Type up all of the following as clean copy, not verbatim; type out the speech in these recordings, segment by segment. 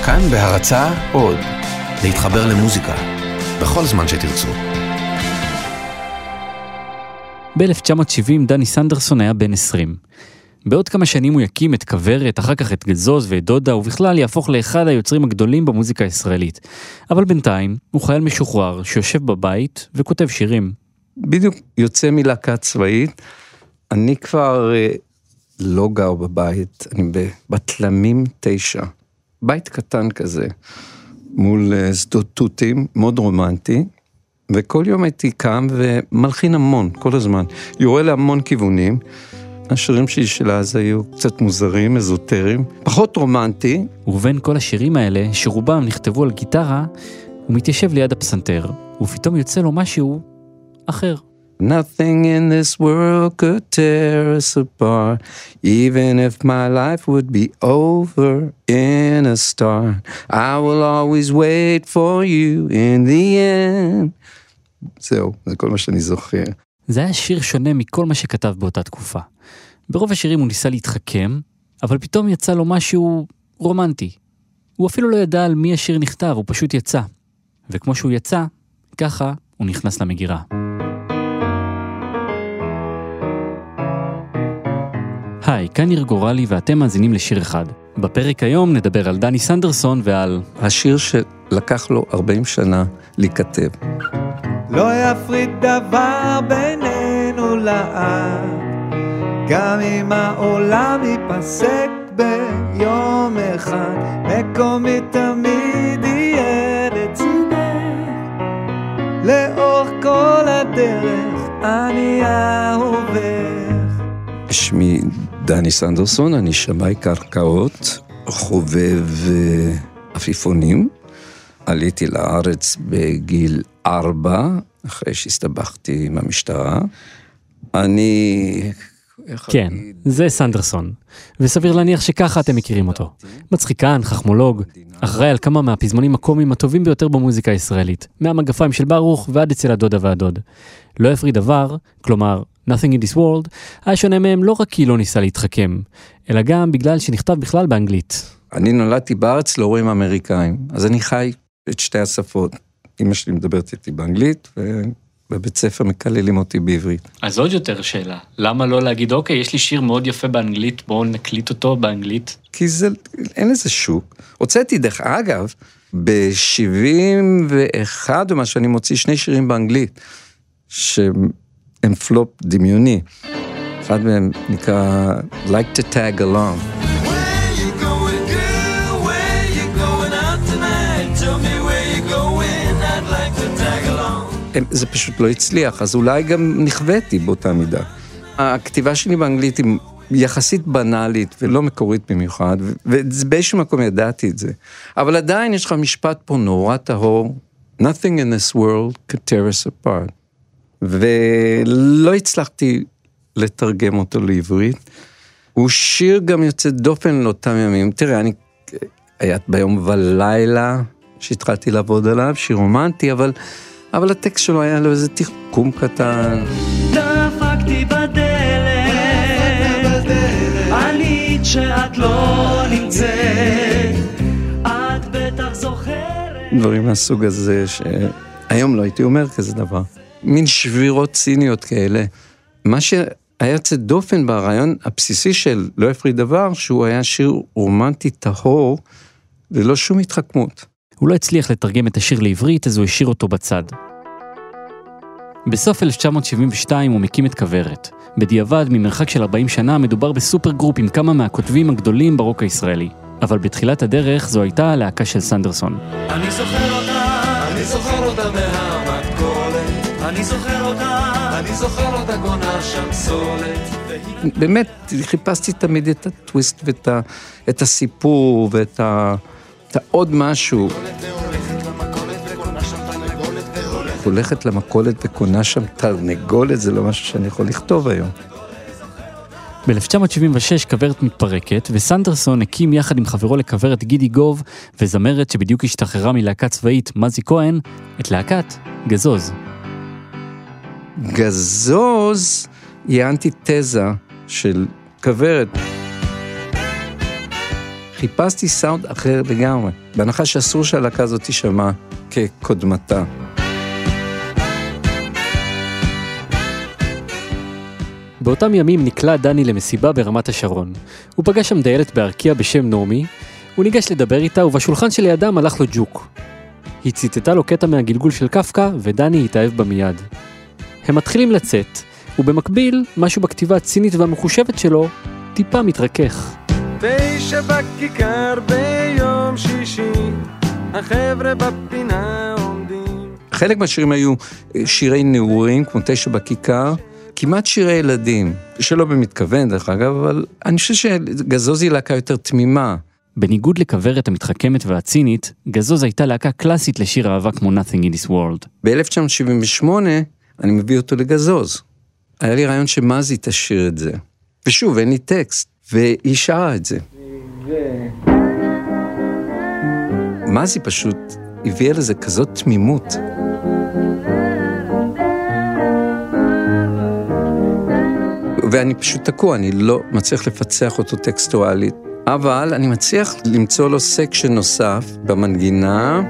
כאן בהרצאה עוד, להתחבר למוזיקה, בכל זמן שתרצו. ב-1970 דני סנדרסון היה בן 20. בעוד כמה שנים הוא יקים את כוורת, אחר כך את גזוז ואת דודה, ובכלל יהפוך לאחד היוצרים הגדולים במוזיקה הישראלית. אבל בינתיים הוא חייל משוחרר שיושב בבית וכותב שירים. בדיוק יוצא מלהקה צבאית, אני כבר לא גר בבית, אני בתלמים 9, בית קטן כזה, מול שדות תותים, מאוד רומנטי, וכל יום הייתי קם ומלחין המון, כל הזמן, יורה להמון כיוונים, השירים שלי של אז היו קצת מוזרים, אזוטריים, פחות רומנטי. ובין כל השירים האלה, שרובם נכתבו על גיטרה, הוא מתיישב ליד הפסנתר, ופתאום יוצא לו משהו אחר. Nothing in this world could tear us apart, even if my life would be over in a star. I will always wait for you in the end. זהו, זה כל מה שאני זוכר. זה היה שיר שונה מכל מה שכתב באותה תקופה. ברוב השירים הוא ניסה להתחכם, אבל פתאום יצא לו משהו רומנטי. הוא אפילו לא ידע על מי השיר נכתב, הוא פשוט יצא. וכמו שהוא יצא, ככה הוא נכנס למגירה. היי, כאן ניר גורלי ואתם מאזינים לשיר אחד. בפרק היום נדבר על דני סנדרסון ועל השיר שלקח לו 40 שנה להיכתב. לא יפריד דבר בינינו לעד, גם אם העולם ייפסק ביום אחד, מקומי תמיד יהיה לצידך, לאורך כל הדרך אני אהובך. שמי דני סנדרסון, אני שמאי קרקעות, חובב עפיפונים. עליתי לארץ בגיל 4, אחרי שהסתבכתי עם המשטרה. כן, זה סנדרסון. וסביר להניח שככה אתם מכירים אותו. מצחיקן, חכמולוג, אחראי על כמה מהפזמונים הקומיים הטובים ביותר במוזיקה הישראלית, מהמגפיים של ברוך ועד אצל הדודה והדוד. לא יפריד דבר, כלומר, Nothing in this world, היה שונה מהם לא רק כי לא ניסה להתחכם, אלא גם בגלל שנכתב בכלל באנגלית. אני נולדתי בארץ להורים אמריקאים, אז אני חי את שתי השפות. אמא שלי מדברת איתי באנגלית, ובבית ספר מקללים אותי בעברית. אז עוד יותר שאלה, למה לא להגיד, אוקיי, יש לי שיר מאוד יפה באנגלית, בואו נקליט אותו באנגלית? כי אין לזה שוק. הוצאתי דרך אגב, ב-71 ומה שאני מוציא 2 שירים באנגלית, הם פלופ דמיוני. אחד מהם נקרא Like to Tag Along. זה פשוט לא הצליח, אז אולי גם נכוויתי באותה מידה. הכתיבה שלי באנגלית היא יחסית בנאלית ולא מקורית במיוחד, ובאיזשהו מקום ידעתי את זה. אבל עדיין יש לך משפט פה נורא טהור, Nothing in this world could tear us apart. ולא הצלחתי לתרגם אותו לעברית. הוא שיר גם יוצא דופן לאותם ימים. תראה, היה ביום ולילה שהתחלתי לעבוד עליו, שיר רומנטי, אבל הטקסט שלו היה לו איזה תחכום קטן. דפקתי בדלת, ענית שאת לא נמצאת, את בטח זוכרת. דברים מהסוג הזה שהיום לא הייתי אומר כזה דבר. מין שבירות ציניות כאלה. מה שהיה יוצא דופן ברעיון הבסיסי של לא יפריד דבר, שהוא היה שיר רומנטי טהור, ולא שום התחכמות. הוא לא הצליח לתרגם את השיר לעברית, אז הוא השאיר אותו בצד. בסוף 1972 הוא מקים את כוורת. בדיעבד, ממרחק של 40 שנה, מדובר בסופר גרופ עם כמה מהכותבים הגדולים ברוק הישראלי. אבל בתחילת הדרך זו הייתה הלהקה של סנדרסון. אני זוכר אותה מהמתכולת, אני זוכר אותה גונה שם סולת. באמת, חיפשתי תמיד את הטוויסט ואת הסיפור ואת עוד משהו. הולכת למכולת וקונה שם תרנגולת, זה לא משהו שאני יכול לכתוב היום. ב-1976 כוורת מתפרקת, וסנדרסון הקים יחד עם חברו לכוורת גידי גוב, וזמרת שבדיוק השתחררה מלהקה צבאית, מזי כהן, את להקת גזוז. גזוז היא האנטיתזה של כוורת. חיפשתי סאונד אחר לגמרי, בהנחה שאסור שהלהקה הזאת תשמע כקודמתה. באותם ימים נקלע דני למסיבה ברמת השרון. הוא פגש שם דיילת בארקיה בשם נעמי, הוא ניגש לדבר איתה ובשולחן שלידם הלך לו ג'וק. היא ציטטה לו קטע מהגלגול של קפקא ודני התאהב בה מיד. הם מתחילים לצאת, ובמקביל משהו בכתיבה הצינית והמחושבת שלו טיפה מתרכך. 9 בכיכר ביום שישי, החבר'ה בפינה עומדים. חלק מהשירים היו שירי נעורים, כמו 9 בכיכר, כמעט שירי ילדים, שלא במתכוון דרך אגב, אבל אני חושב שגזוז היא להקה יותר תמימה. בניגוד לכוורת המתחכמת והצינית, גזוז הייתה להקה קלאסית לשיר אהבה כמו Nothing in this world. ב-1978 אני מביא אותו לגזוז. היה לי רעיון שמזי תשאיר את זה. ושוב, אין לי טקסט, והיא שרה את זה. מזי פשוט הביאה לזה כזאת תמימות. ואני פשוט תקוע, אני לא מצליח לפצח אותו טקסטואלית, אבל אני מצליח למצוא לו סקשן נוסף במנגינה.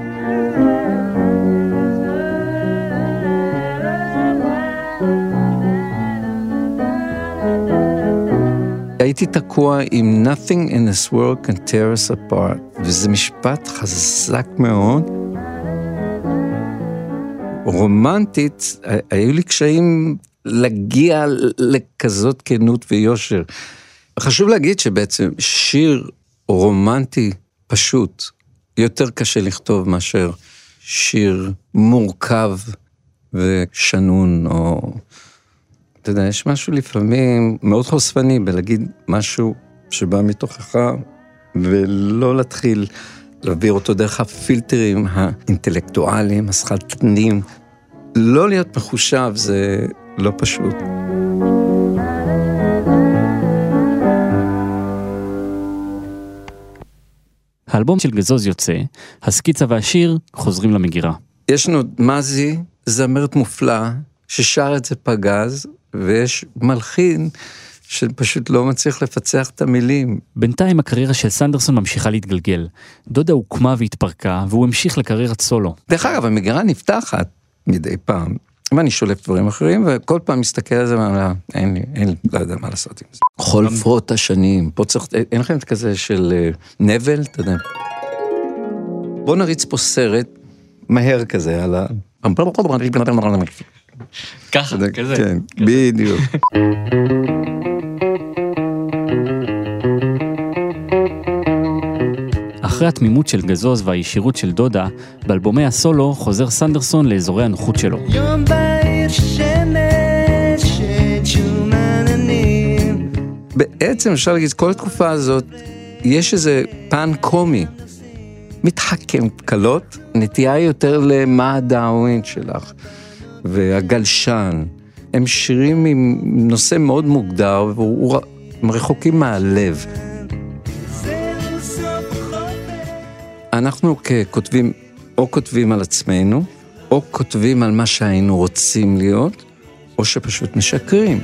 הייתי תקוע עם Nothing in this world can tear us apart, וזה משפט חזק מאוד. רומנטית, היו לי קשיים להגיע לכזאת כנות ויושר. חשוב להגיד שבעצם שיר רומנטי פשוט יותר קשה לכתוב מאשר שיר מורכב ושנון, או אתה יודע, יש משהו לפעמים מאוד חושפני בלהגיד משהו שבא מתוכך, ולא להתחיל להעביר אותו דרך הפילטרים האינטלקטואליים, השכלתנים. לא להיות מחושב זה לא פשוט. האלבום של גזוז יוצא, הסקיצה והשיר חוזרים למגירה. יש לנו מזי, זמרת מופלא, ששר את זה פגז, ויש מלחין שפשוט לא מצליח לפצח את המילים. בינתיים הקריירה של סנדרסון ממשיכה להתגלגל. דודה הוקמה והתפרקה, והוא המשיך לקריירת סולו. דרך אגב, המגירה נפתחת מדי פעם, ואני שולף דברים אחרים, וכל פעם מסתכל על זה, אין לי, לא יודע מה לעשות עם זה. חולפות השנים, פה צריך, אין לכם את כזה של נבל, אתה יודע. בוא נריץ פה סרט מהר כזה, על ה... ככה, כזה. כן, בדיוק. אחרי התמימות של גזוז והישירות של דודה, באלבומי הסולו חוזר סנדרסון לאזורי הנוחות שלו. יום בעיר שמש שומננים. בעצם אפשר להגיד, כל התקופה הזאת, יש איזה פן קומי, מתחכם קלות, נטייה יותר למה הדאווין שלך, והגלשן, הם שירים עם נושא מאוד מוגדר, והם רחוקים מהלב. אנחנו ככותבים, או כותבים על עצמנו, או כותבים על מה שהיינו רוצים להיות, או שפשוט משקרים.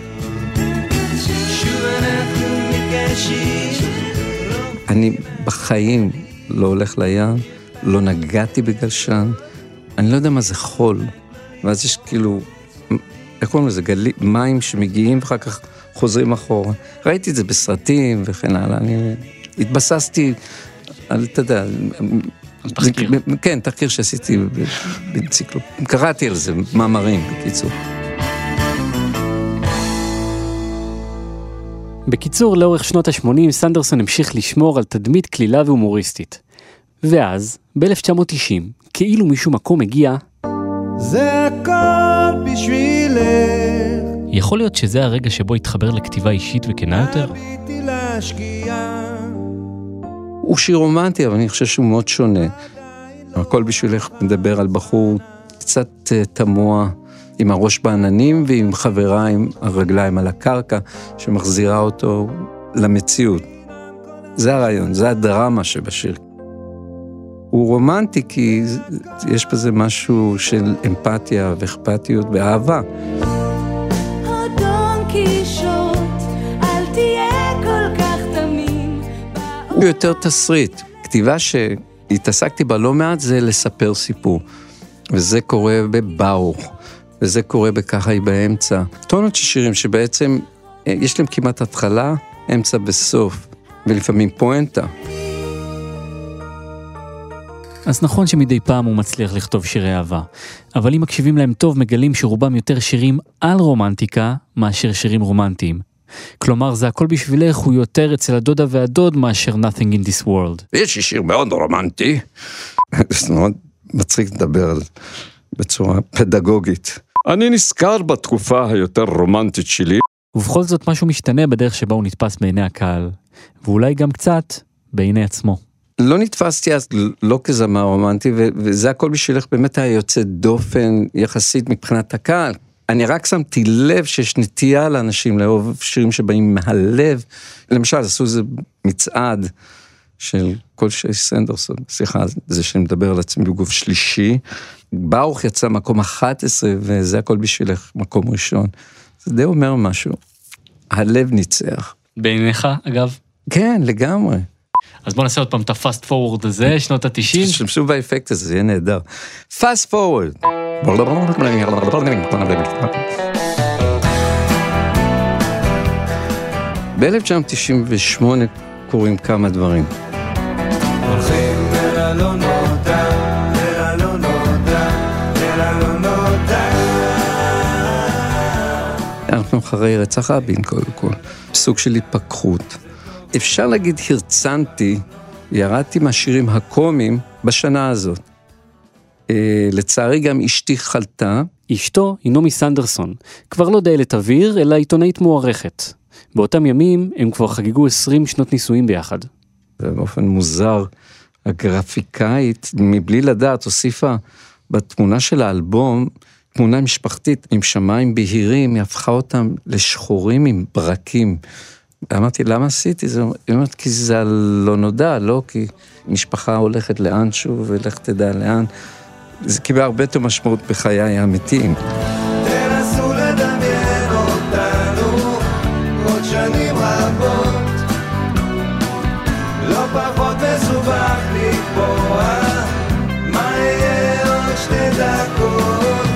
אני בחיים לא הולך לים, לא נגעתי בגלשן, אני לא יודע מה זה חול, ואז יש כאילו, איך קוראים לזה, מים שמגיעים ואחר כך חוזרים אחורה. ראיתי את זה בסרטים וכן הלאה, אני התבססתי על, אתה יודע, תחקיר. כן, תחקיר שעשיתי בציקלו. קראתי על זה מאמרים, בקיצור. בקיצור, לאורך שנות ה-80, סנדרסון המשיך לשמור על תדמית כלילה והומוריסטית. ואז, ב-1990, כאילו מישהו מקום הגיע, זה הכל בשבילך. יכול להיות שזה הרגע שבו התחבר לכתיבה אישית וכנה יותר? הביטי להשקיעה. הוא שיר רומנטי, אבל אני חושב שהוא מאוד שונה. הכל בשבילך מדבר על בחור קצת תמוה, עם הראש בעננים ועם חברה עם הרגליים על הקרקע, שמחזירה אותו למציאות. זה הרעיון, זה הדרמה שבשיר. הוא רומנטי כי יש בזה משהו של אמפתיה ואכפתיות ואהבה. הוא יותר תסריט. כתיבה שהתעסקתי בה לא מעט זה לספר סיפור. וזה קורה בברוך, וזה קורה בככה היא באמצע. טונות של שירים שבעצם יש להם כמעט התחלה, אמצע וסוף, ולפעמים פואנטה. אז נכון שמדי פעם הוא מצליח לכתוב שירי אהבה, אבל אם מקשיבים להם טוב מגלים שרובם יותר שירים על רומנטיקה מאשר שירים רומנטיים. כלומר, זה הכל בשבילך הוא יותר אצל הדודה והדוד מאשר Nothing in this world. יש לי שיר מאוד רומנטי, זה מאוד מצחיק לדבר על בצורה פדגוגית. אני נזכר בתקופה היותר רומנטית שלי. ובכל זאת משהו משתנה בדרך שבה הוא נתפס בעיני הקהל, ואולי גם קצת בעיני עצמו. לא נתפסתי אז לא כזמר רומנטי, וזה הכל בשבילך באמת היה יוצא דופן יחסית מבחינת הקהל. אני רק שמתי לב שיש נטייה לאנשים לאהוב שירים שבאים מהלב. למשל, עשו איזה מצעד של כל שי סנדרסון, סליחה, זה שאני מדבר על עצמי בגוף שלישי. ברוך יצא מקום 11, וזה הכל בשבילך מקום ראשון. זה די אומר משהו. הלב ניצח. בעיניך, אגב? כן, לגמרי. אז בוא נעשה עוד פעם את הפאסט פורוורד הזה, שנות ה-90. תשמשו באפקט הזה, זה יהיה נהדר. פאסט פורוורד. ב-1998 קוראים כמה דברים. הולכים אל הלא נודע, אל הלא נודע, אל הלא נודע. אנחנו אחרי רצח רבין קודם כל, סוג של התפכחות. אפשר להגיד הרצנתי, ירדתי מהשירים הקומיים בשנה הזאת. לצערי גם אשתי חלתה. אשתו היא נעמי סנדרסון, כבר לא דיילת אוויר, אלא עיתונאית מוערכת. באותם ימים הם כבר חגגו 20 שנות נישואים ביחד. באופן מוזר, הגרפיקאית, מבלי לדעת, הוסיפה בתמונה של האלבום, תמונה משפחתית עם שמיים בהירים, היא הפכה אותם לשחורים עם ברקים. אמרתי, למה עשיתי זה? היא אומרת, כי זה לא נודע, לא? כי משפחה הולכת לאן שוב, ולך תדע לאן. זה קיבל הרבה יותר משמעות בחיי האמיתיים. תנסו לדמיין אותנו עוד שנים רבות, לא פחות מסובך לקבוע מה יהיה עוד 2 דקות.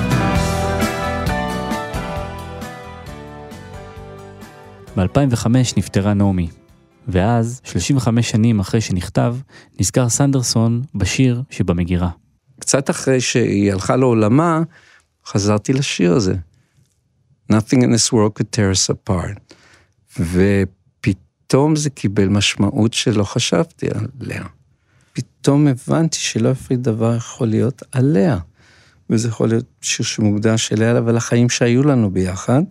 ב-2005 נפטרה נעמי, ואז, 35 שנים אחרי שנכתב, נזכר סנדרסון בשיר שבמגירה. קצת אחרי שהיא הלכה לעולמה, חזרתי לשיר הזה. Nothing in this world could tear us apart. ופתאום זה קיבל משמעות שלא חשבתי עליה. פתאום הבנתי שלא הפריד דבר יכול להיות עליה. וזה יכול להיות שיר שמוקדש אליה, אבל החיים שהיו לנו ביחד.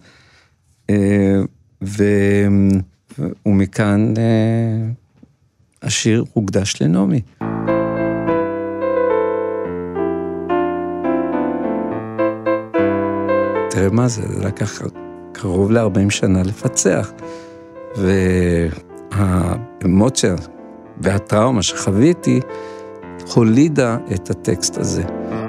ומכאן השיר הוקדש לנעמי. תראה מה זה לקח קרוב ל-40 שנה לפצח. והאמוציה והטראומה שחוויתי הולידה את הטקסט הזה.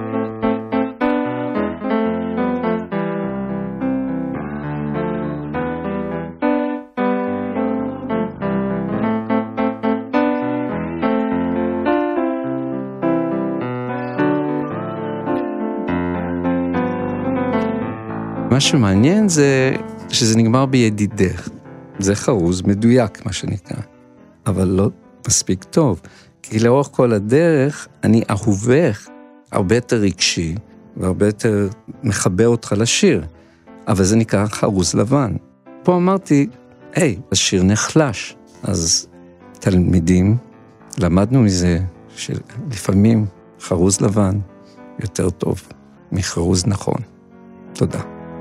מה שמעניין זה שזה נגמר בידידך. זה חרוז מדויק, מה שנקרא. אבל לא מספיק טוב. כי לאורך כל הדרך, אני אהובך הרבה יותר רגשי, והרבה יותר מחבר אותך לשיר. אבל זה נקרא חרוז לבן. פה אמרתי, היי, השיר נחלש. אז תלמידים, למדנו מזה שלפעמים חרוז לבן יותר טוב מחרוז נכון. תודה.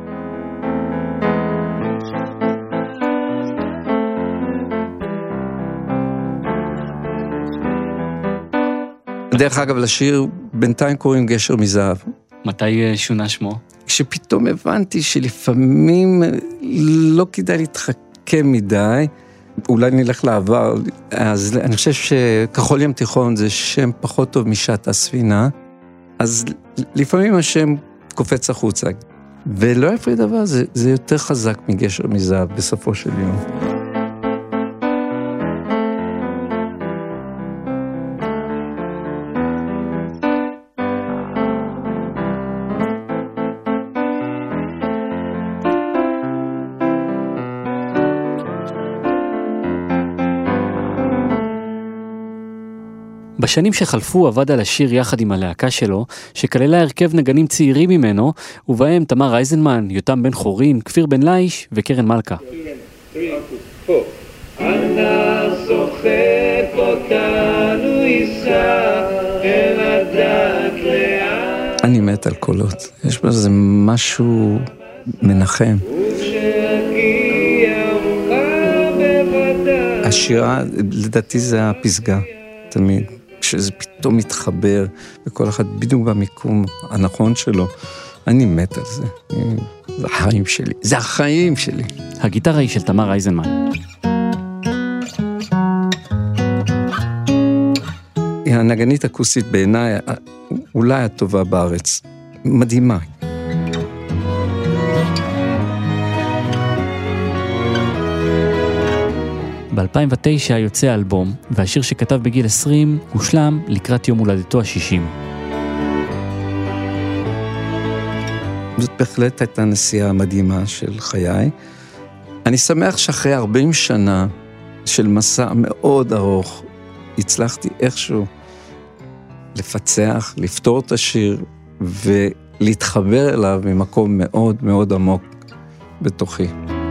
דרך אגב, לשיר בינתיים קוראים גשר מזהב. מתי שונה שמו? כשפתאום הבנתי שלפעמים לא כדאי להתחכם מדי, אולי נלך לעבר, אז אני חושב שכחול ים תיכון זה שם פחות טוב משעת הספינה, אז לפעמים השם קופץ החוצה, ולא יפריד דבר, זה יותר חזק מגשר מזהב בסופו של יום. בשנים שחלפו עבד על השיר יחד עם הלהקה שלו, שכללה הרכב נגנים צעירים ממנו, ובהם תמר אייזנמן, יותם בן חורין, כפיר בן לייש וקרן מלכה. אנא סוחף אותנו יישא אל הדק לאן. אני מת על קולות, יש בזה משהו מנחם. השירה, לדעתי זה הפסגה, תמיד, כשזה פתאום מתחבר, וכל אחד בדיוק במיקום הנכון שלו, אני מת על זה, זה החיים שלי, זה החיים שלי. הגיטרה היא של תמר אייזנמן. היא הנגנית אקוסטית בעיניי, אולי הטובה בארץ, מדהימה. ב-2009 יוצא האלבום, והשיר שכתב בגיל 20 הושלם לקראת יום הולדתו ה-60. זאת בהחלט הייתה נסיעה מדהימה של חיי. אני שמח שאחרי 40 שנה של מסע מאוד ארוך, הצלחתי איכשהו לפצח, לפתור את השיר ולהתחבר אליו ממקום מאוד מאוד עמוק בתוכי.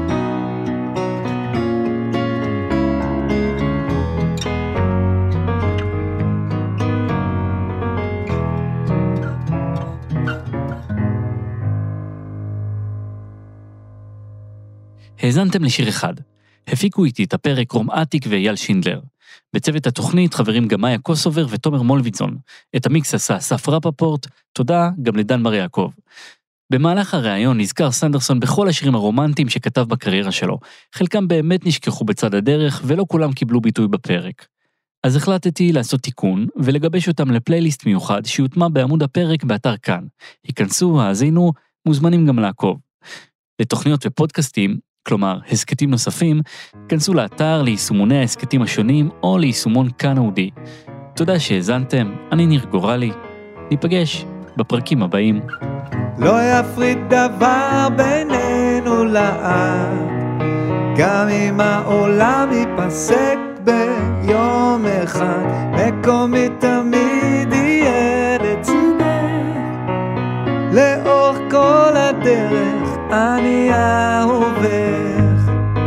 האזנתם לשיר אחד. הפיקו איתי את הפרק רום עתיק ואייל שינדלר. בצוות התוכנית חברים גם מאיה קוסובר ותומר מולביצון. את המיקס עשה אסף רפפורט, תודה גם לדן בר יעקב. במהלך הראיון נזכר סנדרסון בכל השירים הרומנטיים שכתב בקריירה שלו. חלקם באמת נשכחו בצד הדרך ולא כולם קיבלו ביטוי בפרק. אז החלטתי לעשות תיקון ולגבש אותם לפלייליסט מיוחד שיוטמע בעמוד הפרק באתר כאן. היכנסו, האזינו, מוזמנים גם לעקוב. לתוכניות ופודקאסטים, כלומר, הסקטים נוספים, כנסו לאתר ליישומוני ההסקטים השונים או ליישומון כאן אודי. תודה שהאזנתם, אני ניר גורלי. ניפגש בפרקים הבאים. לא יפריד דבר בינינו לעד, גם אם העולם ייפסק ביום אחד, מקומי תמיד יהיה לצידך, לאורך כל הדרך אני אהובך.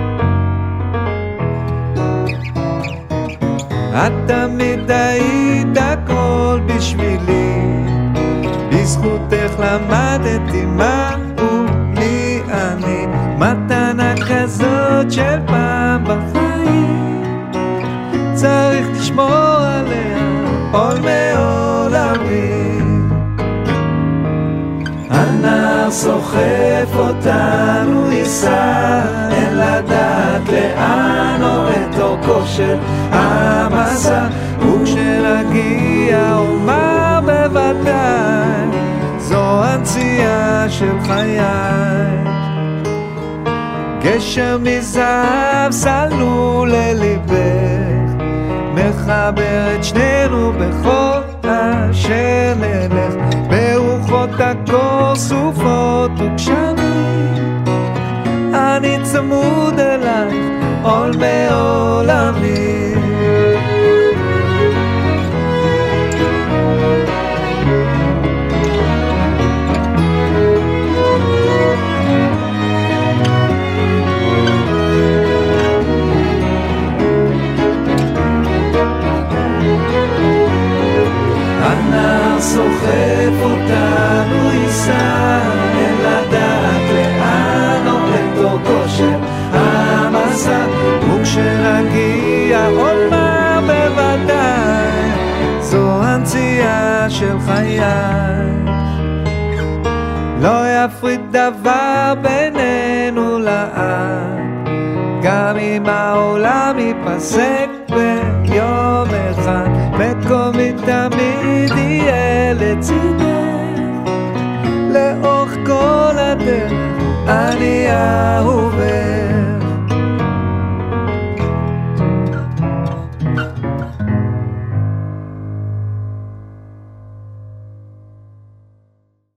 את תמיד היית הכל בשבילי, בזכותך למדתי מהו לי אני, מתנה כזאת של פעם בחיים, צריך לשמור עליה עול מעולמי. הנער סוחף אותנו יישא, אין לדעת לאן או את אורכו של המסע, וכשנגיע אומר בוודאי זו הנציאה של חיי. גשר מזהב סלול לליבך, מחבר את שנינו בכל אשר נלך, ברוחות הקור סופות וגשמים, אני צמוד אלייך עול מעולמי. הנער סוחף אותנו יישא, אין לדעת לאן או את אורכו של המסע, וכשנגיע אומר בוודאי זו הנציאה של חיי. לא יפריד דבר בינינו לעד, גם אם העולם ייפסק ביום אחד, מקומי תמיד יהיה לצידך, לאורך כל הדרך אני אהובך.